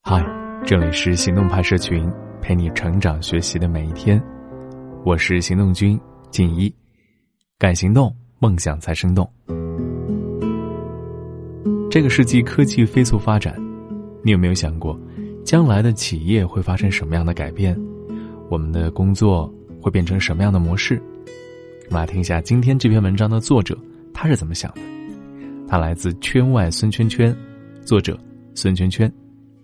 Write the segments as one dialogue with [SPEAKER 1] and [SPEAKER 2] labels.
[SPEAKER 1] 嗨，这里是行动派社群，陪你成长学习的每一天。我是行动君静一，敢行动，梦想才生动。这个世纪科技飞速发展，你有没有想过，将来的企业会发生什么样的改变？我们的工作会变成什么样的模式？我们来听一下今天这篇文章的作者他是怎么想的。他来自圈外孙圈圈，作者孙圈圈。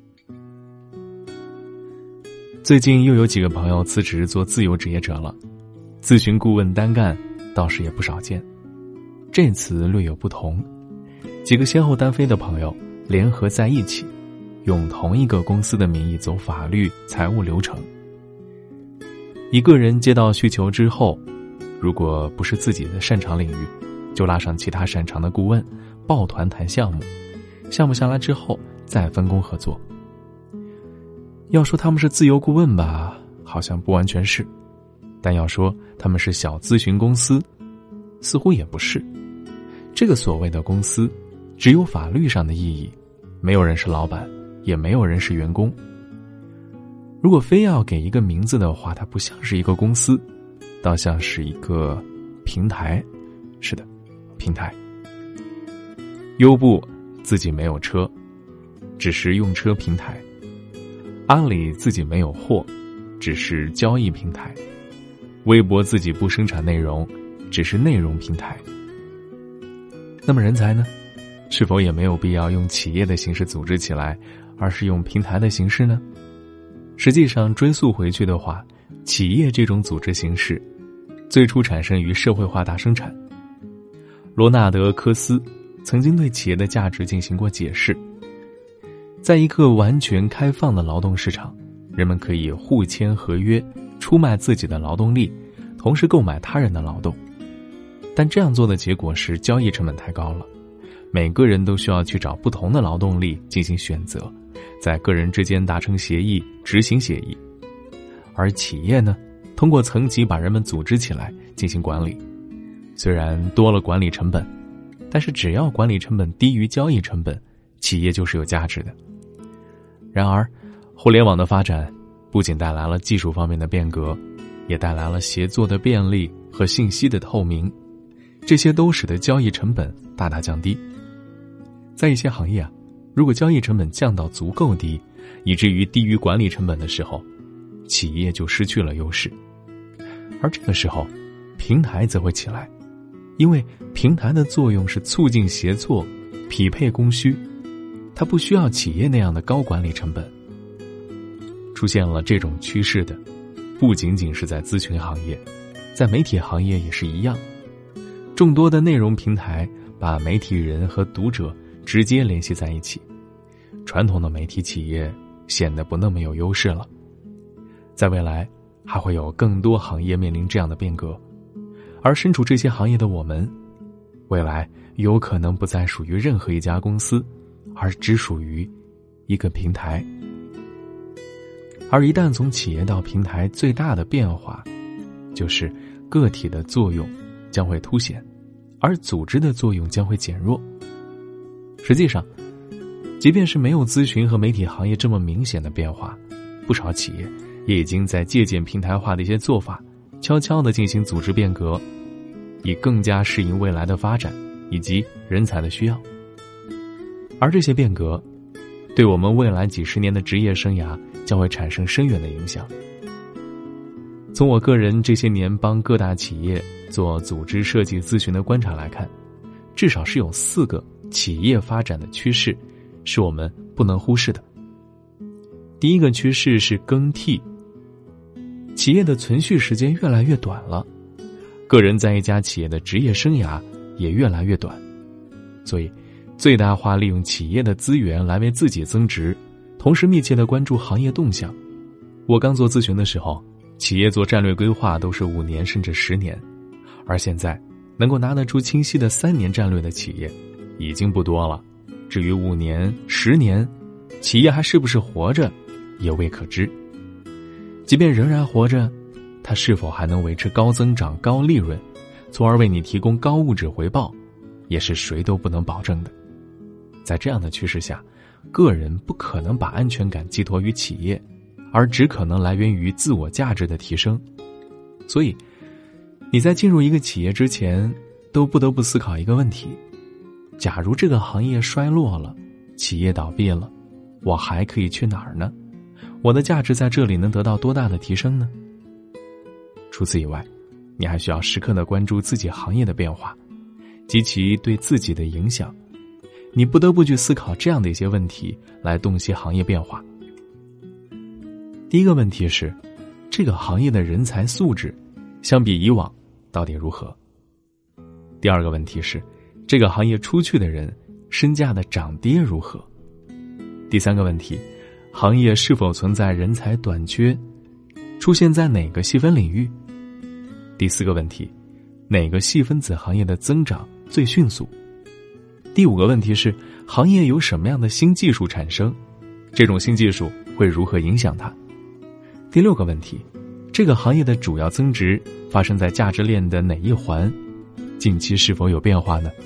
[SPEAKER 1] 最近又有几个朋友辞职做自由职业者了，咨询顾问单干倒是也不少见。这次略有不同，几个先后单飞的朋友联合在一起，用同一个公司的名义走法律财务流程。一个人接到需求之后，如果不是自己的擅长领域，就拉上其他擅长的顾问抱团谈项目，项目下来之后再分工合作。要说他们是自由顾问吧，好像不完全是，但要说他们是小咨询公司，似乎也不是。这个所谓的公司只有法律上的意义，没有人是老板，也没有人是员工。如果非要给一个名字的话，它不像是一个公司，倒像是一个平台。是的，平台。优步自己没有车，只是用车平台。阿里自己没有货，只是交易平台。微博自己不生产内容，只是内容平台。那么人才呢？是否也没有必要用企业的形式组织起来，而是用平台的形式呢？实际上追溯回去的话，企业这种组织形式最初产生于社会化大生产。罗纳德·科斯曾经对企业的价值进行过解释。在一个完全开放的劳动市场，人们可以互签合约，出卖自己的劳动力，同时购买他人的劳动。但这样做的结果是交易成本太高了，每个人都需要去找不同的劳动力进行选择，在个人之间达成协议，执行协议。而企业呢，通过层级把人们组织起来进行管理，虽然多了管理成本，但是只要管理成本低于交易成本，企业就是有价值的。然而，互联网的发展不仅带来了技术方面的变革，也带来了协作的便利和信息的透明，这些都使得交易成本大大降低。在一些行业如果交易成本降到足够低，以至于低于管理成本的时候，企业就失去了优势。而这个时候，平台则会起来，因为平台的作用是促进协作，匹配供需，它不需要企业那样的高管理成本。出现了这种趋势的，不仅仅是在咨询行业，在媒体行业也是一样。众多的内容平台把媒体人和读者直接联系在一起，传统的媒体企业显得不那么有优势了。在未来，还会有更多行业面临这样的变革，而身处这些行业的我们，未来有可能不再属于任何一家公司，而只属于一个平台。而一旦从企业到平台，最大的变化就是个体的作用将会凸显，而组织的作用将会减弱。实际上，即便是没有咨询和媒体行业这么明显的变化，不少企业也已经在借鉴平台化的一些做法，悄悄地进行组织变革，以更加适应未来的发展以及人才的需要。而这些变革对我们未来几十年的职业生涯将会产生深远的影响。从我个人这些年帮各大企业做组织设计咨询的观察来看，至少是有4个企业发展的趋势是我们不能忽视的。第一个趋势是更替，企业的存续时间越来越短了，个人在一家企业的职业生涯也越来越短，所以最大化利用企业的资源来为自己增值，同时密切地关注行业动向。我刚做咨询的时候，企业做战略规划都是5年甚至10年，而现在能够拿得出清晰的3年战略的企业已经不多了。至于5年、10年，企业还是不是活着，也未可知。即便仍然活着，它是否还能维持高增长、高利润，从而为你提供高物质回报，也是谁都不能保证的。在这样的趋势下， 个人不可能把安全感寄托于企业，而只可能来源于自我价值的提升。所以你在进入一个企业之前，都不得不思考一个问题：假如这个行业衰落了，企业倒闭了，我还可以去哪儿呢？我的价值在这里能得到多大的提升呢？除此以外，你还需要时刻地关注自己行业的变化及其对自己的影响。你不得不去思考这样的一些问题，来洞悉行业变化。第一个问题是，这个行业的人才素质相比以往到底如何？第二个问题是，这个行业出去的人身价的涨跌如何？第三个问题，行业是否存在人才短缺，出现在哪个细分领域？第四个问题，哪个细分子行业的增长最迅速？第五个问题是，行业有什么样的新技术产生，这种新技术会如何影响它？第六个问题，这个行业的主要增值发生在价值链的哪一环，近期是否有变化呢？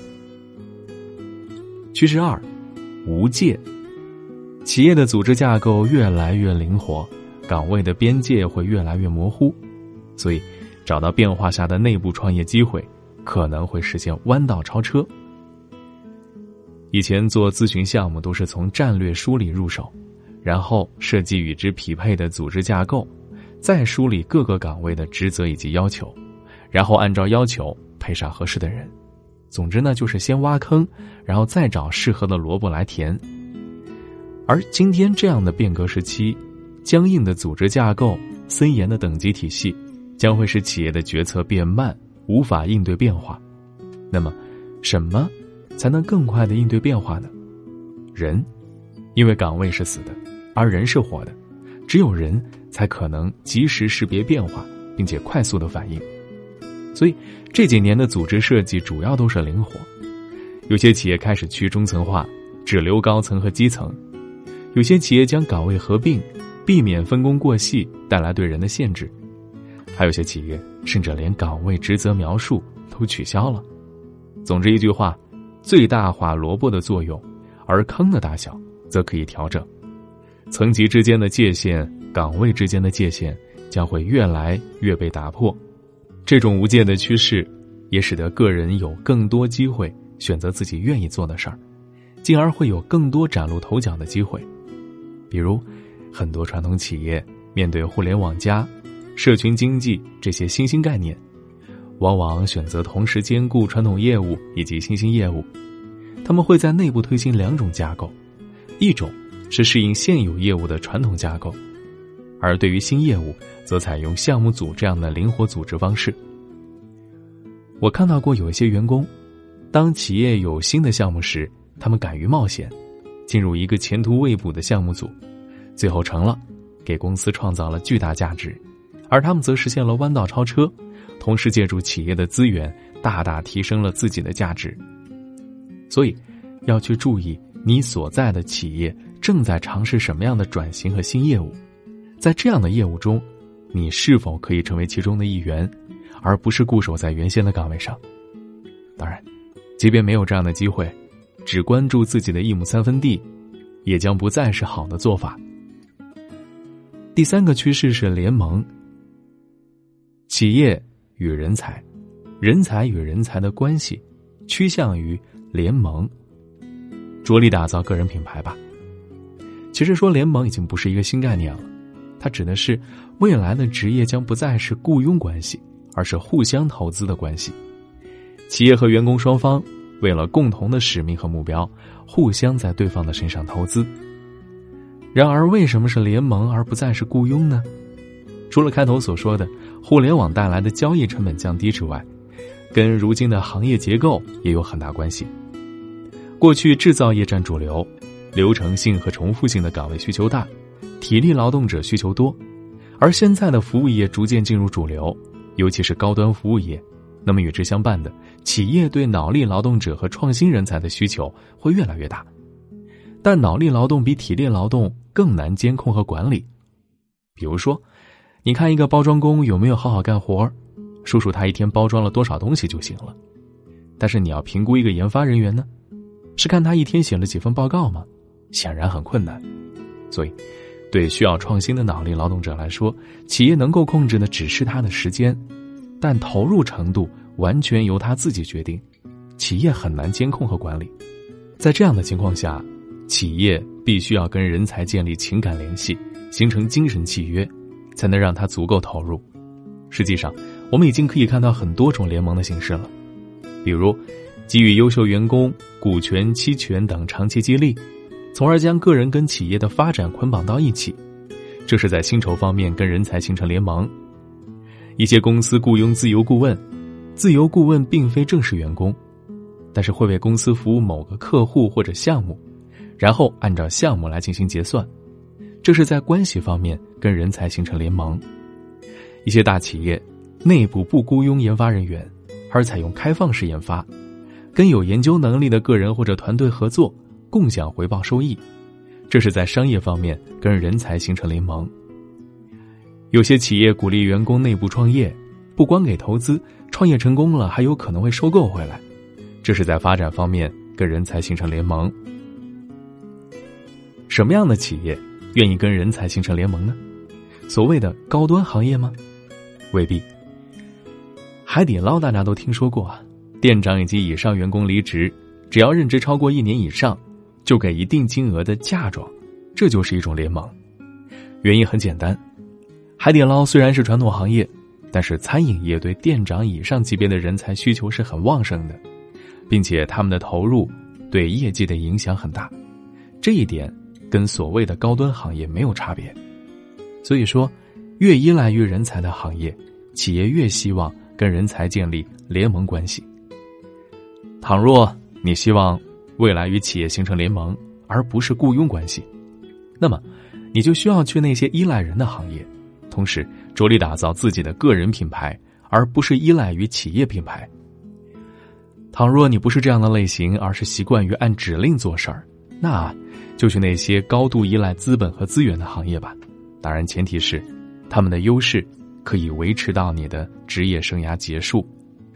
[SPEAKER 1] 趋势二，无界。企业的组织架构越来越灵活，岗位的边界会越来越模糊，所以找到变化下的内部创业机会，可能会实现弯道超车。以前做咨询项目都是从战略梳理入手，然后设计与之匹配的组织架构，再梳理各个岗位的职责以及要求，然后按照要求配上合适的人。总之呢，就是先挖坑，然后再找适合的萝卜来填。而今天这样的变革时期，僵硬的组织架构、森严的等级体系，将会使企业的决策变慢，无法应对变化。那么，什么才能更快地应对变化呢？人，因为岗位是死的，而人是活的，只有人才可能及时识别变化，并且快速地反应。所以这几年的组织设计主要都是灵活，有些企业开始去中层化，只留高层和基层；有些企业将岗位合并，避免分工过细带来对人的限制；还有些企业甚至连岗位职责描述都取消了。总之一句话，最大化萝卜的作用，而坑的大小则可以调整。层级之间的界限、岗位之间的界限将会越来越被打破。这种无界的趋势，也使得个人有更多机会选择自己愿意做的事儿，进而会有更多崭露头角的机会。比如，很多传统企业面对互联网加、社群经济这些新兴概念，往往选择同时兼顾传统业务以及新兴业务。他们会在内部推行两种架构，一种是适应现有业务的传统架构，而对于新业务则采用项目组这样的灵活组织方式。我看到过有一些员工，当企业有新的项目时，他们敢于冒险，进入一个前途未卜的项目组，最后成了，给公司创造了巨大价值，而他们则实现了弯道超车，同时借助企业的资源，大大提升了自己的价值。所以要去注意你所在的企业正在尝试什么样的转型和新业务，在这样的业务中，你是否可以成为其中的一员，而不是固守在原先的岗位上。当然，即便没有这样的机会，只关注自己的一亩三分地，也将不再是好的做法。第三个趋势是联盟。企业与人才，人才与人才的关系趋向于联盟，着力打造个人品牌吧。其实说联盟已经不是一个新概念了，它指的是未来的职业将不再是雇佣关系，而是互相投资的关系。企业和员工双方为了共同的使命和目标，互相在对方的身上投资。然而为什么是联盟而不再是雇佣呢？除了开头所说的互联网带来的交易成本降低之外，跟如今的行业结构也有很大关系。过去制造业占主流，流程性和重复性的岗位需求大，体力劳动者需求多，而现在的服务业逐渐进入主流，尤其是高端服务业，那么与之相伴的，企业对脑力劳动者和创新人才的需求会越来越大。但脑力劳动比体力劳动更难监控和管理。比如说，你看一个包装工有没有好好干活，数数他一天包装了多少东西就行了。但是你要评估一个研发人员呢，是看他一天写了几份报告吗？ 显然很困难。所以对需要创新的脑力劳动者来说，企业能够控制的只是他的时间，但投入程度完全由他自己决定，企业很难监控和管理。在这样的情况下，企业必须要跟人才建立情感联系，形成精神契约，才能让他足够投入。实际上，我们已经可以看到很多种联盟的形式了，比如给予优秀员工股权、期权等长期激励，从而将个人跟企业的发展捆绑到一起，这是在薪酬方面跟人才形成联盟。一些公司雇佣自由顾问，自由顾问并非正式员工，但是会为公司服务某个客户或者项目，然后按照项目来进行结算，这是在关系方面跟人才形成联盟。一些大企业内部不雇佣研发人员，而采用开放式研发，跟有研究能力的个人或者团队合作，共享回报收益，这是在商业方面跟人才形成联盟。有些企业鼓励员工内部创业，不光给投资，创业成功了还有可能会收购回来，这是在发展方面跟人才形成联盟。什么样的企业愿意跟人才形成联盟呢？所谓的高端行业吗？未必。海底捞大家都听说过啊，店长以及以上员工离职，只要任职超过1年以上，就给一定金额的嫁妆，这就是一种联盟。原因很简单，海底捞虽然是传统行业，但是餐饮业对店长以上级别的人才需求是很旺盛的，并且他们的投入对业绩的影响很大，这一点跟所谓的高端行业没有差别。所以说，越依赖于人才的行业，企业越希望跟人才建立联盟关系。倘若你希望未来与企业形成联盟，而不是雇佣关系，那么你就需要去那些依赖人的行业，同时着力打造自己的个人品牌，而不是依赖于企业品牌。倘若你不是这样的类型，而是习惯于按指令做事儿，那就去那些高度依赖资本和资源的行业吧。当然前提是他们的优势可以维持到你的职业生涯结束。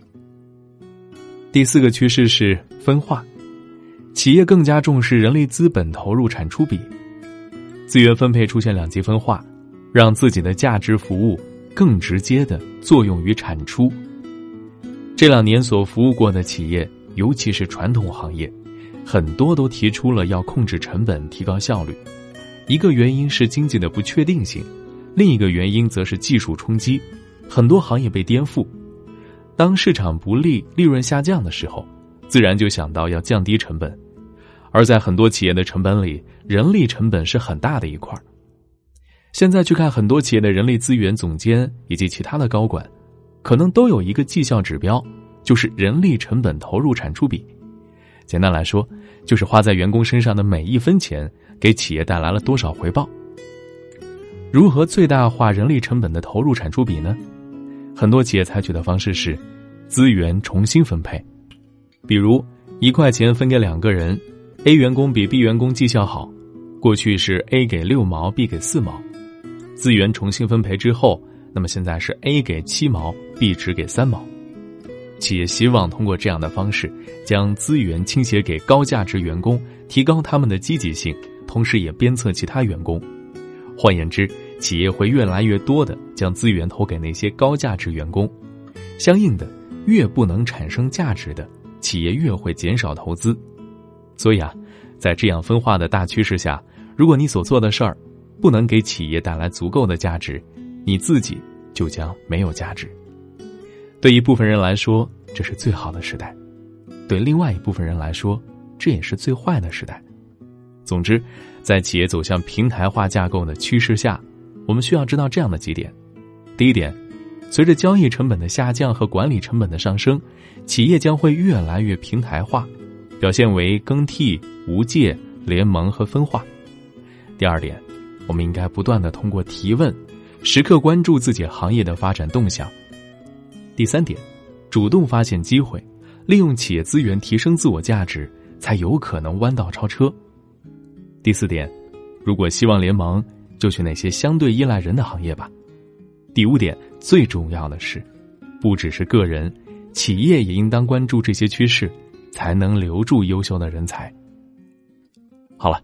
[SPEAKER 1] 第4个趋势是分化，企业更加重视人力资本投入产出比，资源分配出现2极分化，让自己的价值服务更直接地作用于产出。这2年所服务过的企业，尤其是传统行业，很多都提出了要控制成本，提高效率。一个原因是经济的不确定性，另一个原因则是技术冲击，很多行业被颠覆。当市场不利、利润下降的时候，自然就想到要降低成本，而在很多企业的成本里，人力成本是很大的一块。现在去看很多企业的人力资源总监以及其他的高管，可能都有一个绩效指标，就是人力成本投入产出比。简单来说，就是花在员工身上的每1分钱给企业带来了多少回报。如何最大化人力成本的投入产出比呢？很多企业采取的方式是资源重新分配，比如1块钱分给2个人， A 员工比 B 员工绩效好，过去是 A 给6毛 B 给4毛，资源重新分配之后，那么现在是 A 给7毛 B 只给3毛。企业希望通过这样的方式将资源倾斜给高价值员工，提高他们的积极性，同时也鞭策其他员工。换言之，企业会越来越多地将资源投给那些高价值员工，相应的，越不能产生价值的企业越会减少投资。所以在这样分化的大趋势下，如果你所做的事儿不能给企业带来足够的价值，你自己就将没有价值。对一部分人来说，这是最好的时代，对另外一部分人来说，这也是最坏的时代。总之，在企业走向平台化架构的趋势下，我们需要知道这样的几点。第一点，随着交易成本的下降和管理成本的上升，企业将会越来越平台化，表现为更替、无界、联盟和分化。第二点，我们应该不断地通过提问，时刻关注自己行业的发展动向。第三点，主动发现机会，利用企业资源提升自我价值，才有可能弯道超车。第四点，如果希望联盟，就去那些相对依赖人的行业吧。第五点，最重要的是，不只是个人，企业也应当关注这些趋势，才能留住优秀的人才。好了，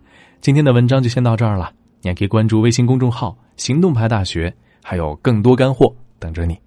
[SPEAKER 1] 今天的文章就先到这儿了，你还可以关注微信公众号行动派大学，还有更多干货等着你。